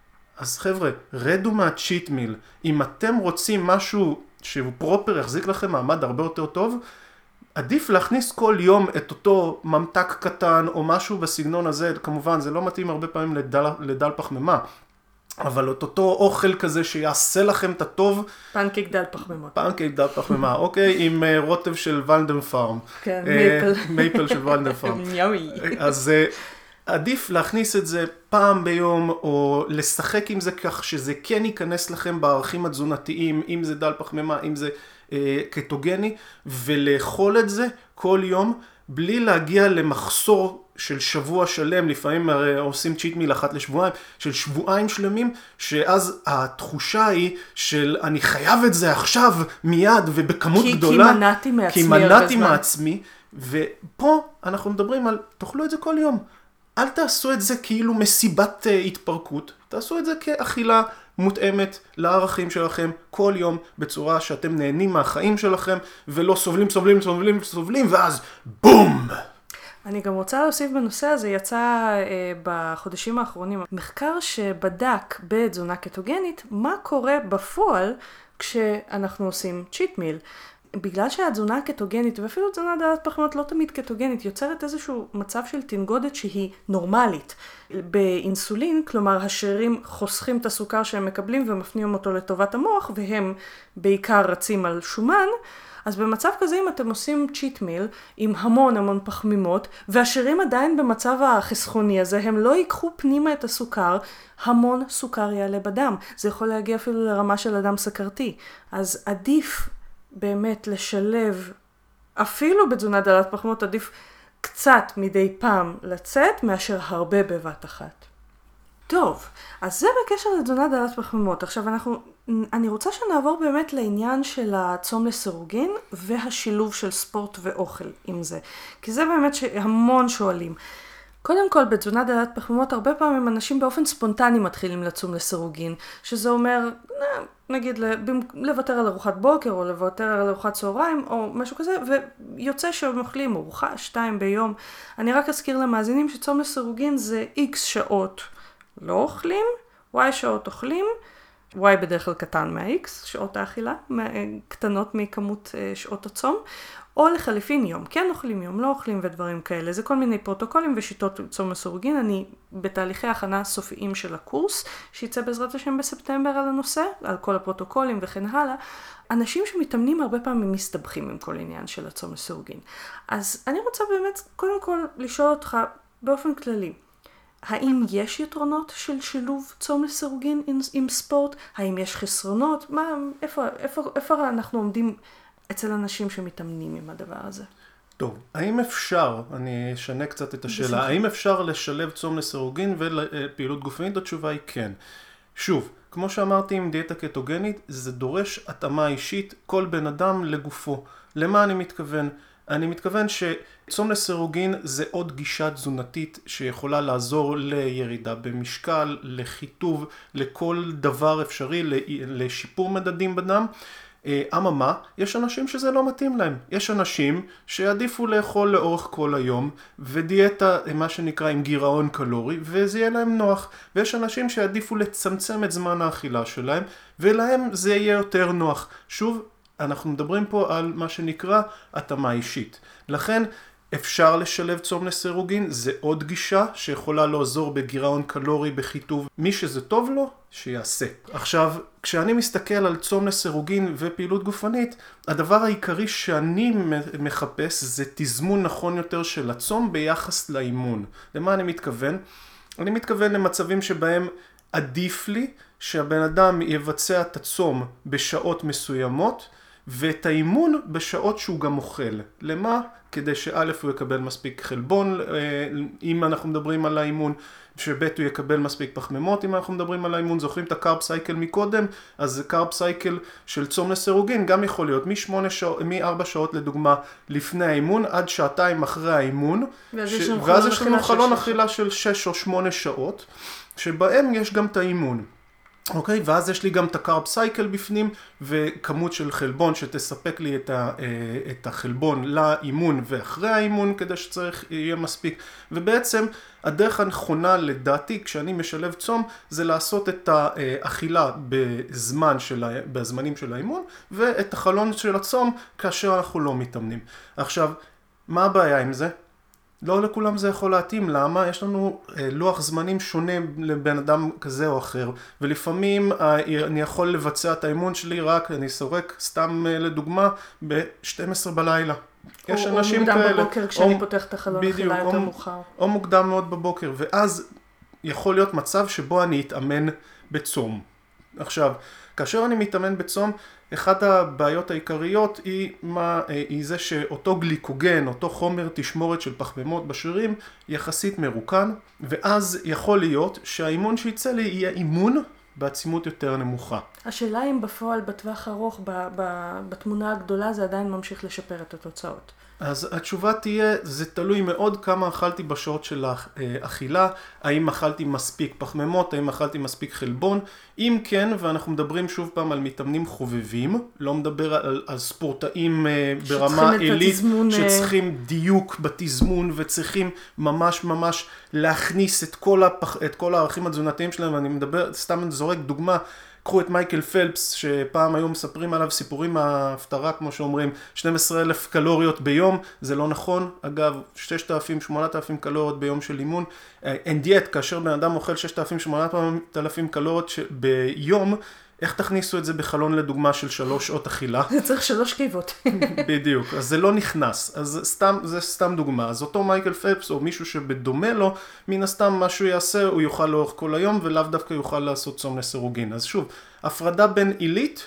אז חבר'ה, רדו מהצ'יט מיל. אם אתם רוצים משהו שהוא פרופר, יחזיק לכם מעמד הרבה יותר טוב, עדיף להכניס כל יום את אותו ממתק קטן או משהו בסגנון הזה. כמובן, זה לא מתאים הרבה פעמים לדל, לדל פחמימה, אבל את אותו אוכל כזה שיעשה לכם את הטוב. פנקייק דל פחמימה. פנקייק דל פחמימה, אוקיי, עם רוטב של ולדן פארם. כן, מייפל. מייפל של ולדן פארם. יומי. אז עדיף להכניס את זה פעם ביום, או לשחק עם זה כך שזה כן ייכנס לכם בערכים התזונתיים, אם זה דל פחמימה, אם זה אה, קטוגני, ולאכול את זה כל יום, בלי להגיע למחסור של שבוע שלם, לפעמים עושים צ'יט מיל אחת לשבועיים, של שבועיים שלמים, שאז התחושה היא של אני חייב את זה עכשיו, מיד ובכמות כי, גדולה. כי מנעתי מעצמי. כי מנעתי מעצמי, ופה אנחנו מדברים על, תאכלו את זה כל יום. אל תעשו את זה כאילו מסיבת התפרקות, תעשו את זה כאכילה מותאמת לערכים שלכם כל יום בצורה שאתם נהנים מהחיים שלכם ולא סובלים, סובלים, סובלים, סובלים ואז בום! אני גם רוצה להוסיף בנושא הזה, יצא אה, בחודשים האחרונים מחקר שבדק בתזונה קטוגנית מה קורה בפועל כשאנחנו עושים צ'יט מיל. בגלל שהתזונה הקטוגנית ואפילו תזונה דלת פחמימות לא תמיד קטוגנית יוצרת איזשהו מצב של תנגודת שהיא נורמלית. באינסולין, כלומר השרירים חוסכים את הסוכר שהם מקבלים ומפנים אותו לטובת המוח והם בעיקר רצים על שומן, אז במצב כזה אם אתם עושים צ'יט מיל עם המון המון פחמימות והשרירים עדיין במצב החסכוני הזה, הם לא ייקחו פנימה את הסוכר, המון סוכר יעלה בדם. זה יכול להגיע אפילו לרמה של אדם סכרתי. אז עדיף באמת לשלב, אפילו בתזונה דלת פחמימות עדיף קצת מדי פעם לצאת מאשר הרבה בבת אחת. טוב, אז זה בקשר לתזונה דלת פחמימות. עכשיו אנחנו, אני רוצה שנעבור באמת לעניין של הצום לסירוגין והשילוב של ספורט ואוכל עם זה. כי זה באמת שהמון שואלים. קודם כל, בתזונה דלת פחמימות הרבה פעמים אנשים באופן ספונטני מתחילים לצום לסירוגין, שזה אומר, נגיד, לוותר על ארוחת בוקר או לוותר על ארוחת צהריים או משהו כזה, ויוצא שהם אוכלים ארוחה, שתיים ביום. אני רק אזכיר למאזינים שצום לסירוגין זה X שעות לא אוכלים, Y שעות אוכלים, Y בדרך כלל קטן מה-X, שעות האכילה, קטנות מכמות שעות הצום, או לחליפין יום, כן אוכלים יום, לא אוכלים ודברים כאלה. זה כל מיני פרוטוקולים ושיטות צום לסירוגין. אני בתהליכי הכנה סופיים של הקורס, שיצא בעזרת השם בספטמבר על הנושא, על כל הפרוטוקולים וכן הלאה. אנשים שמתאמנים הרבה פעמים מסתבכים עם כל עניין של הצום לסירוגין. אז אני רוצה באמת קודם כל לשאול אותך באופן כללי, האם יש יתרונות של שילוב צום לסירוגין עם, עם ספורט? האם יש חסרונות? מה, איפה, איפה, איפה אנחנו עומדים אצל אנשים שמתאמנים עם הדבר הזה? טוב, האם אפשר, אני אשנה קצת את השאלה, האם אפשר לשלב צום לסירוגין ופעילות גופנית? התשובה היא כן. שוב, כמו שאמרתי עם דיאטה קטוגנית, זה דורש התאמה אישית כל בן אדם לגופו. למה אני מתכוון? אני מתכוון שצום לסירוגין זה עוד גישה תזונתית שיכולה לעזור לירידה במשקל, לחיטוב, לכל דבר אפשרי, לשיפור מדדים בדם. אממה, יש אנשים שזה לא מתאים להם. יש אנשים שעדיפו לאכול לאורך כל היום, ודיאטה, מה שנקרא, עם גירעון קלורי, וזה יהיה להם נוח. ויש אנשים שעדיפו לצמצם את זמן האכילה שלהם, ולהם זה יהיה יותר נוח. שוב, אנחנו מדברים פה על מה שנקרא התאמה אישית. לכן, אפשר לשלב צום לסירוגין, זה עוד גישה שיכולה לעזור בגירעון קלורי, בחיטוב. מי שזה טוב לו, שיעשה. עכשיו, כשאני מסתכל על צום לסירוגין ופעילות גופנית, הדבר העיקרי שאני מחפש זה תזמון נכון יותר של הצום ביחס לאימון. למה אני מתכוון? אני מתכוון למצבים שבהם עדיף לי שהבן אדם יבצע את הצום בשעות מסוימות, ואת האימון בשעות שהוא גם אוכל. למה? כדי שא' הוא יקבל מספיק חלבון, אם אנחנו מדברים על האימון, שב' הוא יקבל מספיק פחמימות, אם אנחנו מדברים על האימון. זוכרים את הקארב סייקל מקודם? אז קארב סייקל של צום לסירוגין גם יכול להיות משמונה שעות, מארבע שעות לדוגמה לפני האימון, עד שעתיים אחרי האימון, ואז ש... יש לנו ואז יש לנו חלון חלון אכילה של שש או שמונה שעות, שבהם יש גם את האימון. אוקיי, ואז יש לי גם את הקארב סייקל בפנים, וכמות של חלבון שתספק לי את, ה, את החלבון לאימון ואחרי האימון, כדי שצריך יהיה מספיק. ובעצם הדרך הנכונה לדעתי, כשאני משלב צום, זה לעשות את האכילה בזמן של, בזמנים של האימון, ואת החלון של הצום כאשר אנחנו לא מתאמנים. עכשיו, מה הבעיה עם זה? לא לכולם זה יכול להתאים. למה? יש לנו לוח זמנים שונה לבן אדם כזה או אחר, ולפעמים אני יכול לבצע את האימון שלי רק, אני סורק סתם לדוגמה, ב-שתים עשרה בלילה. יש או, אנשים או מוקדם כאלה. בבוקר כשאני או, פותח את החלון אכילה יותר מאוחר. או מוקדם מאוד בבוקר, ואז יכול להיות מצב שבו אני אתאמן בצום. עכשיו, כאשר אני מתאמן בצום, אחת הבעיות העיקריות היא, מה, היא זה שאותו גליקוגן, אותו חומר תשמורת של פחמימות בשרירים, יחסית מרוקן, ואז יכול להיות שהאימון שיצא לי יהיה אימון בעצימות יותר נמוכה. השאלה אם בפועל בטווח ארוך, בתמונה הגדולה, זה עדיין ממשיך לשפר את התוצאות. אז התשובה תהיה, זה תלוי מאוד כמה אכלתי בשעות של האכילה, האם אכלתי מספיק פחמימות, האם אכלתי מספיק חלבון. אם כן, ואנחנו מדברים שוב פעם על מתאמנים חובבים, לא מדבר על, על ספורטאים ברמה עילית, שצריכים דיוק בתזמון וצריכים ממש ממש להכניס את כל, הפח, את כל הערכים התזונתיים שלהם, ואני מדבר, סתם זורק דוגמה, קחו את מייקל פלפס, שפעם היום מספרים עליו סיפורים מההפטרה, כמו שאומרים, שנים עשר אלף קלוריות ביום, זה לא נכון, אגב, ששת אלפים שמונת אלפים קלוריות ביום של אימון, אין דיאט, כאשר בן אדם אוכל ששת אלפים שמונת אלפים קלוריות ביום, איך תכניסו את זה בחלון לדוגמה של שלוש שעות אכילה? זה צריך שלוש קיבות. בדיוק, אז זה לא נכנס, אז סתם, זה סתם דוגמה. אז אותו מייקל פלפס או מישהו שבדומה לו, מן הסתם מה שהוא יעשה, הוא יוכל לאורך כל היום, ולאו דווקא יוכל לעשות צום לסירוגין. אז שוב, הפרדה בין עילית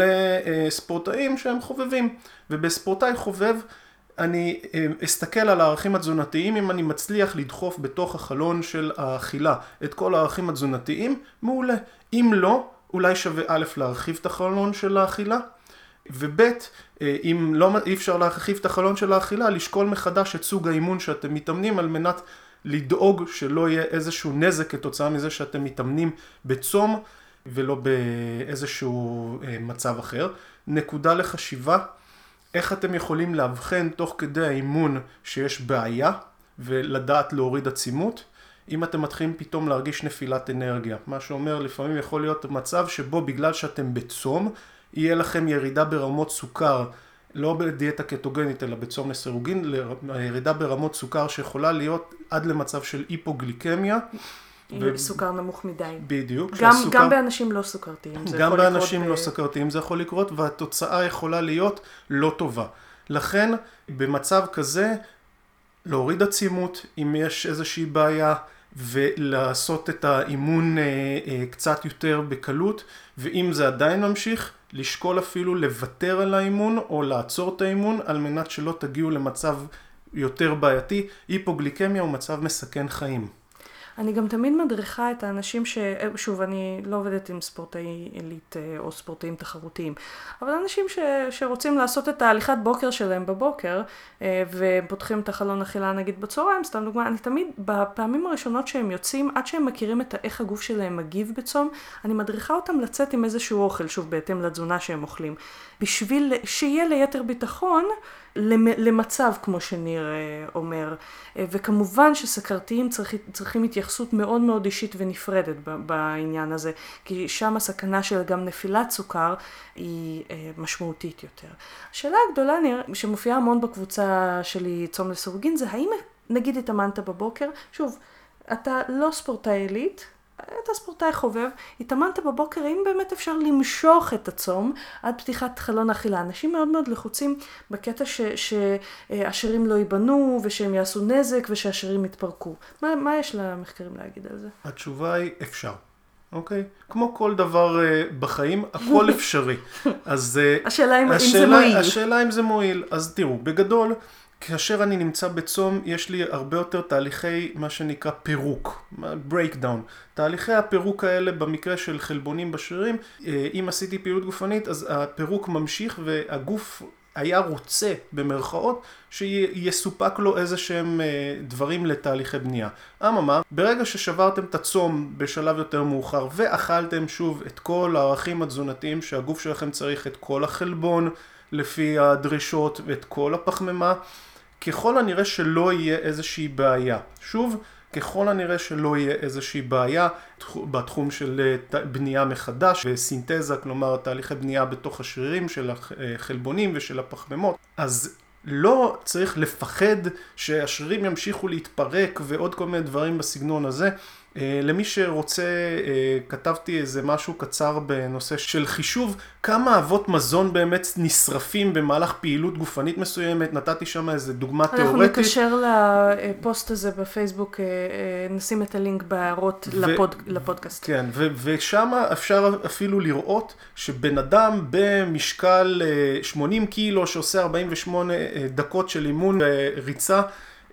לספורטאים שהם חובבים, ובספורטאי חובב, אני אסתכל על הערכים התזונתיים, אם אני מצליח לדחוף בתוך החלון של האכילה את כל הערכים התזונתיים, מעולה. אם לא, אולי שווה א' להרחיב את החלון של האכילה, וב' אם לא, אי אפשר להרחיב את החלון של האכילה, לשקול מחדש את סוג האימון שאתם מתאמנים, על מנת לדאוג שלא יהיה איזשהו נזק כתוצאה מזה שאתם מתאמנים בצום, ולא באיזשהו מצב אחר. נקודה לחשיבה, איך אתם יכולים להבחן תוך כדי האימון שיש בעיה, ולדעת להוריד עצימות, אם אתם מתחילים פתאום להרגיש נפילת אנרגיה, מה שאומר לפעמים יכול להיות מצב שבו בגלל שאתם בצום, יהיה לכם ירידה ברמות סוכר, לא בדיאטה קטוגנית אלא בצום לסירוגין, ירידה ברמות סוכר שיכולה להיות עד למצב של היפוגליקמיה. ו... סוכר נמוך מדי. בדיוק. גם, שהסוכר... גם באנשים לא סוכרתיים. גם באנשים לא סוכרתיים זה יכול לקרות, והתוצאה יכולה להיות לא טובה. לכן במצב כזה, להוריד עצימות אם יש איזושהי בעיה, ולעשות את האימון אה, אה, קצת יותר בקלות, ואם זה עדיין ממשיך, לשקול אפילו לוותר על האימון או לעצור את האימון, על מנת שלא תגיעו למצב יותר בעייתי. היפוגליקמיה הוא מצב מסכן חיים. אני גם תמיד מדריכה את האנשים ש... שוב, אני לא עובדת עם ספורטאי עילית או ספורטאים תחרותיים, אבל אנשים ש... שרוצים לעשות את ההליכת בוקר שלהם בבוקר, ופותחים את החלון אכילה נגיד בצהריים, סתם דוגמה, אני תמיד, בפעמים הראשונות שהם יוצאים, עד שהם מכירים את איך הגוף שלהם מגיב בצום, אני מדריכה אותם לצאת עם איזשהו אוכל, שוב, בהתאם לתזונה שהם אוכלים, בשביל שיהיה ליתר ביטחון, למצב כמו שניר אומר, וכמובן שסכרתיים צריכים, צריכים התייחסות מאוד מאוד אישית ונפרדת בעניין הזה, כי שם הסכנה של גם נפילת סוכר היא משמעותית יותר. השאלה הגדולה ניר, שמופיעה המון בקבוצה שלי צום לסירוגין, זה האם נגיד התאמנת בבוקר, שוב, אתה לא ספורטאי עילית, אתה ספורטאי חובב, התאמנת בבוקר, האם באמת אפשר למשוך את הצום עד פתיחת חלון אכילה? אנשים מאוד מאוד לחוצים בקטע ש, שהשרירים לא ייבנו ושהם יעשו נזק ושהשרירים יתפרקו. מה, מה יש למחקרים להגיד על זה? התשובה היא אפשר. אוקיי? כמו כל דבר uh, בחיים, הכל אפשרי. אז uh, השאלה אם, השאלה, אם זה מועיל. השאלה אם זה מועיל. אז תראו, בגדול, כאשר אני נמצא בצום, יש לי הרבה יותר תהליכי, מה שנקרא פירוק, breakdown. תהליכי הפירוק האלה, במקרה של חלבונים בשרירים, אם עשיתי פעילות גופנית, אז הפירוק ממשיך, והגוף היה רוצה, במרכאות, שיסופק לו איזה שהם דברים לתהליכי בנייה. אממה, ברגע ששברתם את הצום בשלב יותר מאוחר, ואכלתם שוב את כל הערכים התזונתיים שהגוף שלכם צריך, את כל החלבון, לפי הדרישות, ואת כל הפחמימה, ככל הנראה שלא יהיה איזושהי בעיה. שוב, ככל הנראה שלא יהיה איזושהי בעיה בתחום של בנייה מחדש וסינתזה, כלומר תהליכי בנייה בתוך השרירים של החלבונים ושל הפחמימות. אז לא צריך לפחד שהשרירים ימשיכו להתפרק ועוד כל מיני דברים בסגנון הזה. למי שרוצה, כתבתי איזה משהו קצר בנושא של חישוב כמה אבות מזון באמת נשרפים במהלך פעילות גופנית מסוימת. נתתי שם איזה דוגמה אנחנו תיאורטית. אנחנו נקשר לפוסט הזה בפייסבוק, נשים את הלינק בהערות ו- לפוד, לפודקאסט. כן, ו- ושם אפשר אפילו לראות שבן אדם במשקל שמונים קילו שעושה ארבעים ושמונה דקות של אימון ריצה,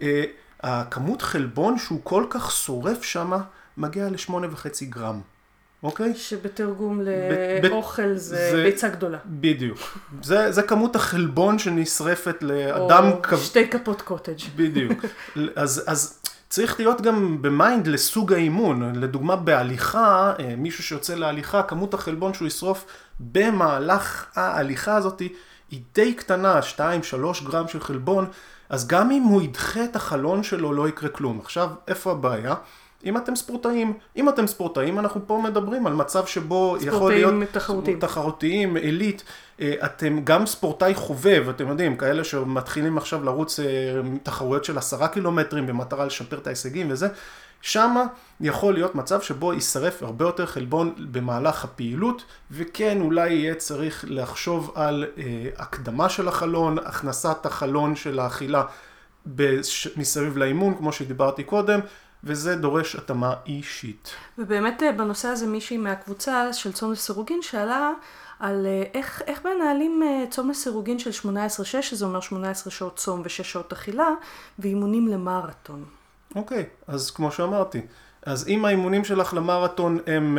הכמות חלבון שהוא כל כך שורף שם מגיע לשמונה וחצי גרם. אוקיי? שבתרגום ב- לאוכל זה, זה ביצה גדולה. בדיוק. זה, זה כמות החלבון שנשרפת לאדם... או כב... שתי כפות קוטג'. בדיוק. אז, אז צריך להיות גם במיינד לסוג האימון. לדוגמה, בהליכה, מישהו שיוצא להליכה, כמות החלבון שהוא ישרוף במהלך ההליכה הזאת היא די קטנה, שתיים שלוש גרם של חלבון, אז גם אם הוא ידחה את החלון שלו לא יקרה כלום. עכשיו, איפה הבעיה? אם אתם ספורטאים, אם אתם ספורטאים, אנחנו פה מדברים על מצב שבו יכול להיות... ספורטאים תחרותיים. תחרותיים, עילית. אתם גם ספורטאי חובב, אתם יודעים, כאלה שמתחילים עכשיו לרוץ תחרויות של עשרה קילומטרים במטרה לשפר את ההישגים וזה, שמה יכול להיות מצב שבו יישרף הרבה יותר חלבון במהלך הפעילות, וכן אולי יהיה צריך לחשוב על אה, הקדמה של החלון, הכנסת החלון של האכילה בש... מסביב לאימון, כמו שדיברתי קודם, וזה דורש התאמה אישית. ובאמת בנושא הזה מישהי מהקבוצה של צום לסירוגין שאלה על איך, איך מנהלים צום לסירוגין של שמונה עשרה שש, שזה אומר שמונה עשרה שעות צום ו-שש שעות אכילה, ואימונים למרתון. אוקיי, אז כמו שאמרתי, אז אם האימונים שלך למרתון הם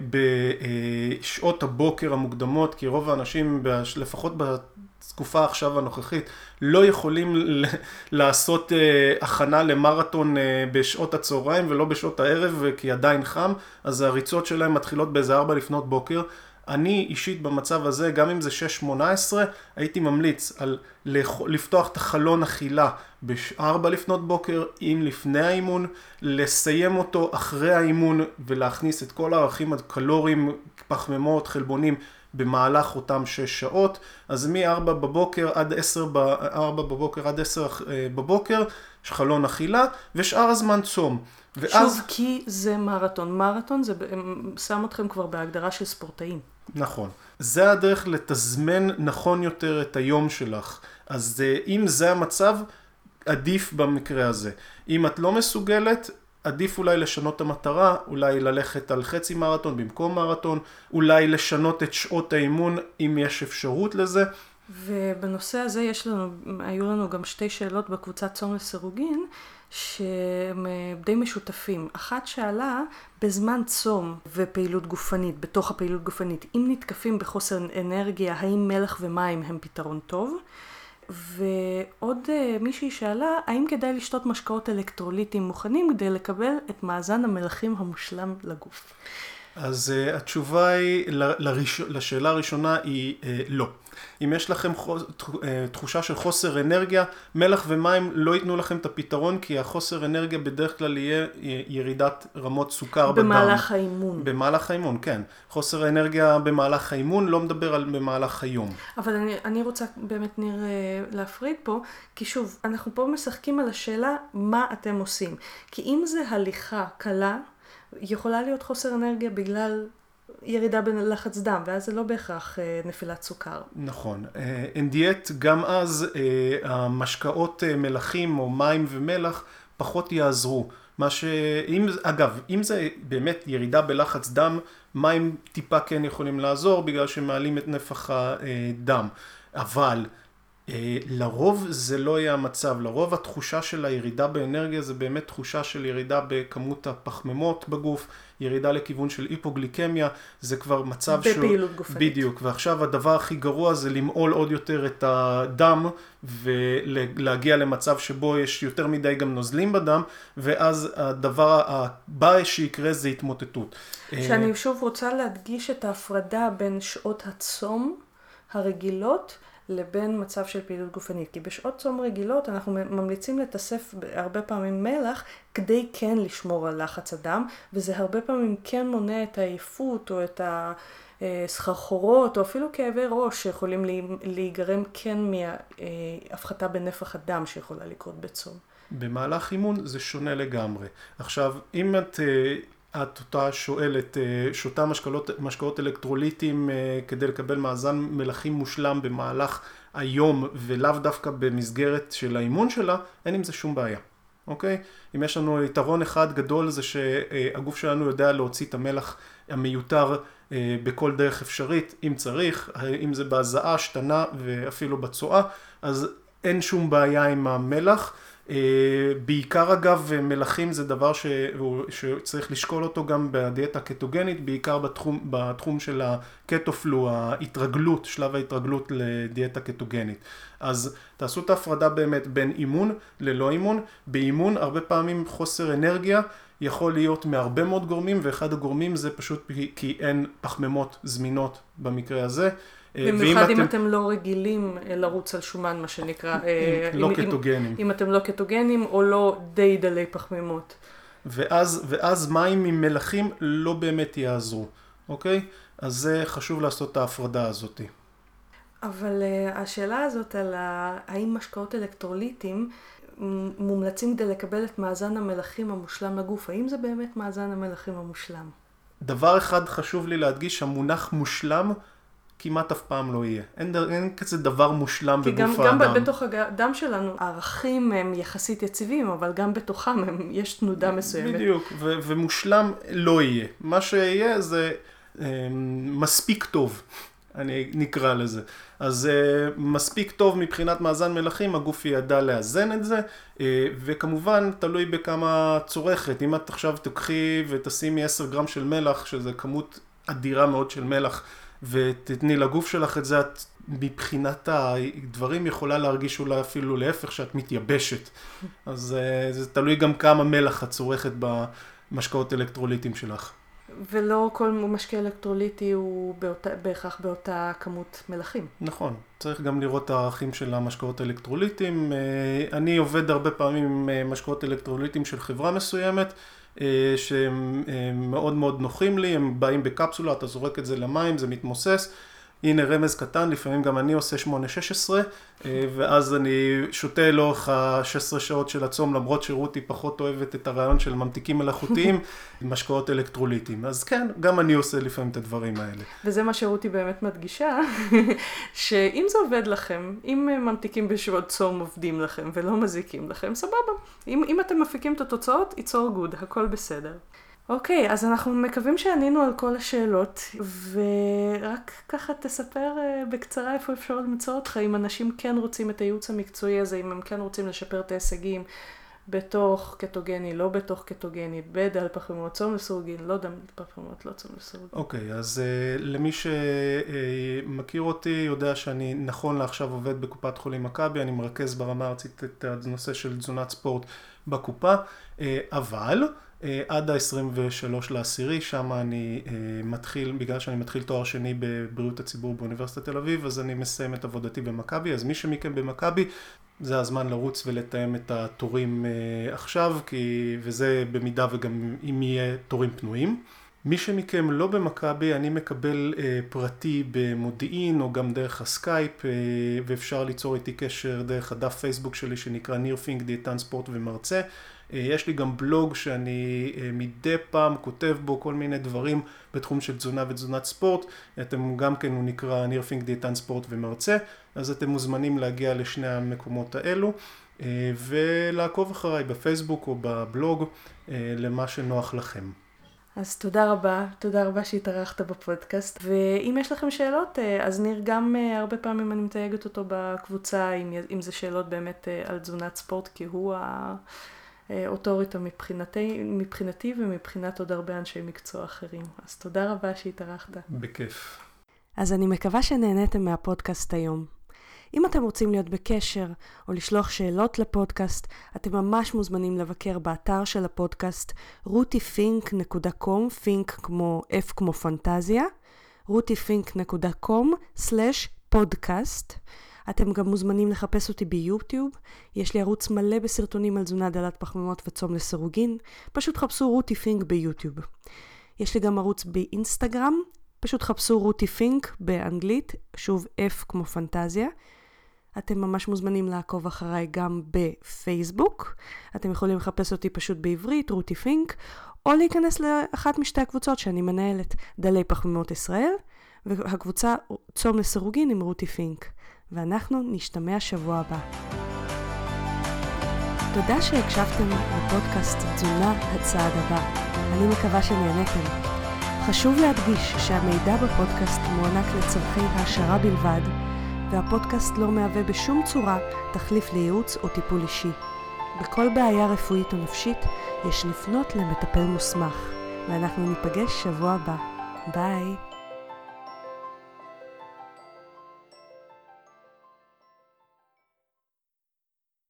בשעות הבוקר המוקדמות, כי רוב האנשים, לפחות בתקופה עכשיו הנוכחית, לא יכולים לעשות הכנה למרתון בשעות הצהריים ולא בשעות הערב, כי עדיין חם, אז הריצות שלהם מתחילות באיזה ארבע לפנות בוקר. אני אישית במצב הזה, גם אם זה שש שמונה עשרה, הייתי ממליץ על לפתוח את החלון אכילה ב-ארבע לפנות בוקר, אם לפני האימון, לסיים אותו אחרי האימון ולהכניס את כל הערכים הקלוריים, פחמימות, חלבונים, במהלך אותם שש שעות. אז מ-ארבע בבוקר עד עשר, ארבע בבוקר עד עשר בבוקר, יש חלון אכילה, ושאר הזמן צום. ואז... שוב, כי זה מרתון. מרתון זה שם אתכם כבר בהגדרה של ספורטאים. נכון. זה הדרך לתזמן נכון יותר את היום שלך. אז אם זה המצב, עדיף במקרה הזה. אם את לא מסוגלת, עדיף אולי לשנות את המטרה, אולי ללכת על חצי מרתון במקום מרתון, אולי לשנות את שעות האימון אם יש אפשרות לזה. ובנושא הזה יש לנו, היו לנו גם שתי שאלות בקבוצת צום לסירוגין, שהם די משותפים. אחת שאלה, בזמן צום ופעילות גופנית, בתוך הפעילות גופנית, אם נתקפים בחוסר אנרגיה, האם מלח ומים הם פתרון טוב? ועוד מישהי שאלה, האם כדאי לשתות משקאות אלקטרוליטיים מוכנים כדי לקבל את מאזן המלחים המושלם לגוף? אז uh, התשובה היא, לראש... לשאלה הראשונה היא uh, לא. אם יש לכם חוס... תחושה של חוסר אנרגיה, מלח ומים לא ייתנו לכם את הפתרון, כי החוסר אנרגיה בדרך כלל יהיה ירידת רמות סוכר בדם. במהלך האימון. במהלך האימון, כן. חוסר האנרגיה במהלך האימון לא מדבר על במהלך היום. אבל אני, אני רוצה באמת ניר להפריד פה, כי שוב, אנחנו פה משחקים על השאלה מה אתם עושים. כי אם זה הליכה קלה, יכולה להיות חוסר אנרגיה בגלל ירידה בלחץ דם, ואז זה לא בהכרח נפילת סוכר. נכון. אין דיאט, גם אז המשקאות מלחים או מים ומלח פחות יעזרו. מה ש... אם, אגב, אם זה באמת ירידה בלחץ דם, מים טיפה כן יכולים לעזור בגלל שמעלים את נפח הדם. אבל לרוב זה לא יהיה המצב. לרוב התחושה של הירידה באנרגיה זה באמת תחושה של ירידה בכמות הפחמימות בגוף, ירידה לכיוון של היפוגליקמיה, זה כבר מצב שהוא... בפעילות גופנית. בדיוק, ועכשיו הדבר הכי גרוע זה למעול עוד יותר את הדם, ולהגיע למצב שבו יש יותר מדי גם נוזלים בדם, ואז הדבר הבא שיקרה זה התמוטטות. שאני שוב רוצה להדגיש את ההפרדה בין שעות הצום הרגילות, לבין מצב של פעילות גופנית. כי בשעות צום רגילות אנחנו ממליצים לתאסף הרבה פעמים מלח כדי כן לשמור על לחץ הדם, וזה הרבה פעמים כן מונע את העייפות או את הסחרחורות או אפילו כאבי ראש שיכולים להיגרם כן מהפחתה בנפח הדם שיכולה לקרות בצום. במהלך אימון זה שונה לגמרי. עכשיו, אם את... את אותה שואלת, שותה משקאות, משקאות אלקטרוליטיים כדי לקבל מאזן מלחים מושלם במהלך היום ולאו דווקא במסגרת של האימון שלה, אין עם זה שום בעיה. אוקיי? אם יש לנו יתרון אחד גדול זה שהגוף שלנו יודע להוציא את המלח המיותר בכל דרך אפשרית, אם צריך, אם זה בהזעה, שתנה ואפילו בצואה, אז אין שום בעיה עם המלח. בעיקר אגב מלחים זה דבר ש... שצריך לשקול אותו גם בדיאטה קטוגנית, בעיקר בתחום, בתחום של הקטופלו, ההתרגלות, שלב ההתרגלות לדיאטה קטוגנית. אז תעשו את ההפרדה באמת בין אימון ללא אימון. באימון הרבה פעמים חוסר אנרגיה יכול להיות מהרבה מאוד גורמים, ואחד הגורמים זה פשוט כי אין פחמימות זמינות במקרה הזה. במיוחד אם אתם לא רגילים לרוץ על שומן, מה שנקרא. לא קטוגנים. אם אתם לא קטוגנים או לא די דלי פחמימות. ואז מים עם מלחים לא באמת יעזרו, אוקיי? אז זה חשוב לעשות את ההפרדה הזאת. אבל השאלה הזאת על האם משקאות אלקטרוליטיים מומלצים כדי לקבל את מאזן המלחים המושלם לגוף, האם זה באמת מאזן המלחים המושלם? דבר אחד חשוב לי להדגיש, המונח מושלם כמעט אף פעם לא יהיה. אין, אין כזה דבר מושלם בגוף גם, האדם. גם בתוך הדם שלנו, הערכים הם יחסית יציבים, אבל גם בתוכם הם, יש תנודה מסוימת. בדיוק, ו- ומושלם לא יהיה. מה שיהיה זה אה, מספיק טוב, אני נקרא לזה. אז אה, מספיק טוב מבחינת מאזן מלחים, הגוף ידע לאזן את זה, אה, וכמובן תלוי בכמה צורכת. אם את עכשיו תקחי ותשימי עשרה גרם של מלח, שזה כמות אדירה מאוד של מלח, ותתני לגוף שלך את זה, את מבחינת הדברים יכולה להרגיש אולי אפילו להפך שאת מתייבשת. אז זה תלוי גם כמה מלח את צורכת במשקאות אלקטרוליטיים שלך. ולא כל משקה אלקטרוליטי הוא באותה, בהכרח באותה כמות מלחים. נכון, צריך גם לראות את הערכים של המשקאות אלקטרוליטיים. אני עובד הרבה פעמים עם משקאות אלקטרוליטיים של חברה מסוימת, שהם מאוד מאוד נוחים לי, הם באים בקפסולה, אתה זורק את זה למים, זה מתמוסס. הנה רמז קטן, לפעמים גם אני עושה שמונה שש עשרה, ואז אני שותה לאורך ה-שש עשרה שעות של הצום, למרות שרותי פחות אוהבת את הרעיון של ממתיקים מלאכותיים, משקאות אלקטרוליטיים. אז כן, גם אני עושה לפעמים את הדברים האלה. וזה מה שרותי באמת מדגישה, שאם זה עובד לכם, אם ממתיקים בשעות צום עובדים לכם ולא מזיקים לכם, סבבה. אם, אם אתם מפיקים את התוצאות, it's all good, הכל בסדר. אוקיי, אז אנחנו מקווים שענינו על כל השאלות, ורק ככה תספר בקצרה איפה אפשר למצוא אותך, אם אנשים כן רוצים את הייעוץ המקצועי הזה, אם הם כן רוצים לשפר את ההישגים בתוך קטוגני, לא בתוך קטוגני, בדל פחמימות, צום לסירוגין, לא דל פחמימות, לא צום לסירוגין. אוקיי, אז uh, למי שמכיר אותי יודע שאני נכון לעכשיו עובד בקופת חולים מכבי, אני מרכז ברמה הארצית את הנושא של תזונת ספורט בקופה, uh, אבל Uh, עד ה-עשרים ושלושה לעשירי, שם אני uh, מתחיל, בגלל שאני מתחיל תואר שני בבריאות הציבור באוניברסיטת תל אביב, אז אני מסיים את עבודתי במכבי, אז מי שמכם במכבי, זה הזמן לרוץ ולתאם את התורים uh, עכשיו, כי, וזה במידה וגם אם יהיה תורים פנויים. מי שמכם לא במכבי, אני מקבל uh, פרטי במודיעין או גם דרך הסקייפ, uh, ואפשר ליצור איתי קשר דרך הדף פייסבוק שלי שנקרא ניר פינק, דיאטן ספורט ומרצה. יש לי גם בלוג שאני מדי פעם כותב בו כל מיני דברים בתחום של תזונה ותזונת ספורט. אתם גם כן, הוא נקרא ניר פינק דיאטן ספורט ומרצה, אז אתם מוזמנים להגיע לשני המקומות האלו ולעקוב אחריי בפייסבוק או בבלוג למה שנוח לכם. אז תודה רבה, תודה רבה שהתארחת בפודקאסט, ואם יש לכם שאלות, אז ניר גם הרבה פעמים אני מתייגת אותו בקבוצה, אם, אם זה שאלות באמת על תזונת ספורט, כי הוא ה... אוטוריטה מבחינתי, מבחינתי ומבחינת עוד הרבה אנשי מקצוע אחרים. אז תודה רבה שהתארחת. בכיף. אז אני מקווה שנהניתם מהפודקאסט היום. אם אתם רוצים להיות בקשר או לשלוח שאלות לפודקאסט, אתם ממש מוזמנים לבקר באתר של הפודקאסט רותי פינק נקודה קום, פינק כמו F כמו פנטזיה, רותי פינק נקודה קום סלש פודקאסט. אתם גם מוזמנים לחפש אותי ביוטיוב, יש לי ערוץ מלא בסרטונים על תזונה דלת פחמימות וצום לסירוגין, פשוט חפשו רותי פינק ביוטיוב. יש לי גם ערוץ באינסטגרם, פשוט חפשו רותי פינק באנגלית, שוב F כמו פנטזיה. אתם ממש מוזמנים לעקוב אחריי גם בפייסבוק, אתם יכולים לחפש אותי פשוט בעברית, רותי פינק, או להיכנס לאחת משתי הקבוצות שאני מנהלת, דלי פחמימות ישראל, והקבוצה צום לסירוגין עם רותי פינק. ואנחנו נשתמע שבוע הבא. תודה שהקשבתם לפודקאסט תזונה הצעד הבא. אני מקווה שנהנתם. חשוב להדגיש שהמידע בפודקאסט מוענק לצורכי העשרה בלבד, והפודקאסט לא מהווה בשום צורה תחליף לייעוץ או טיפול אישי. בכל בעיה רפואית או נפשית יש לפנות למטפל מוסמך, ואנחנו ניפגש שבוע הבא. ביי.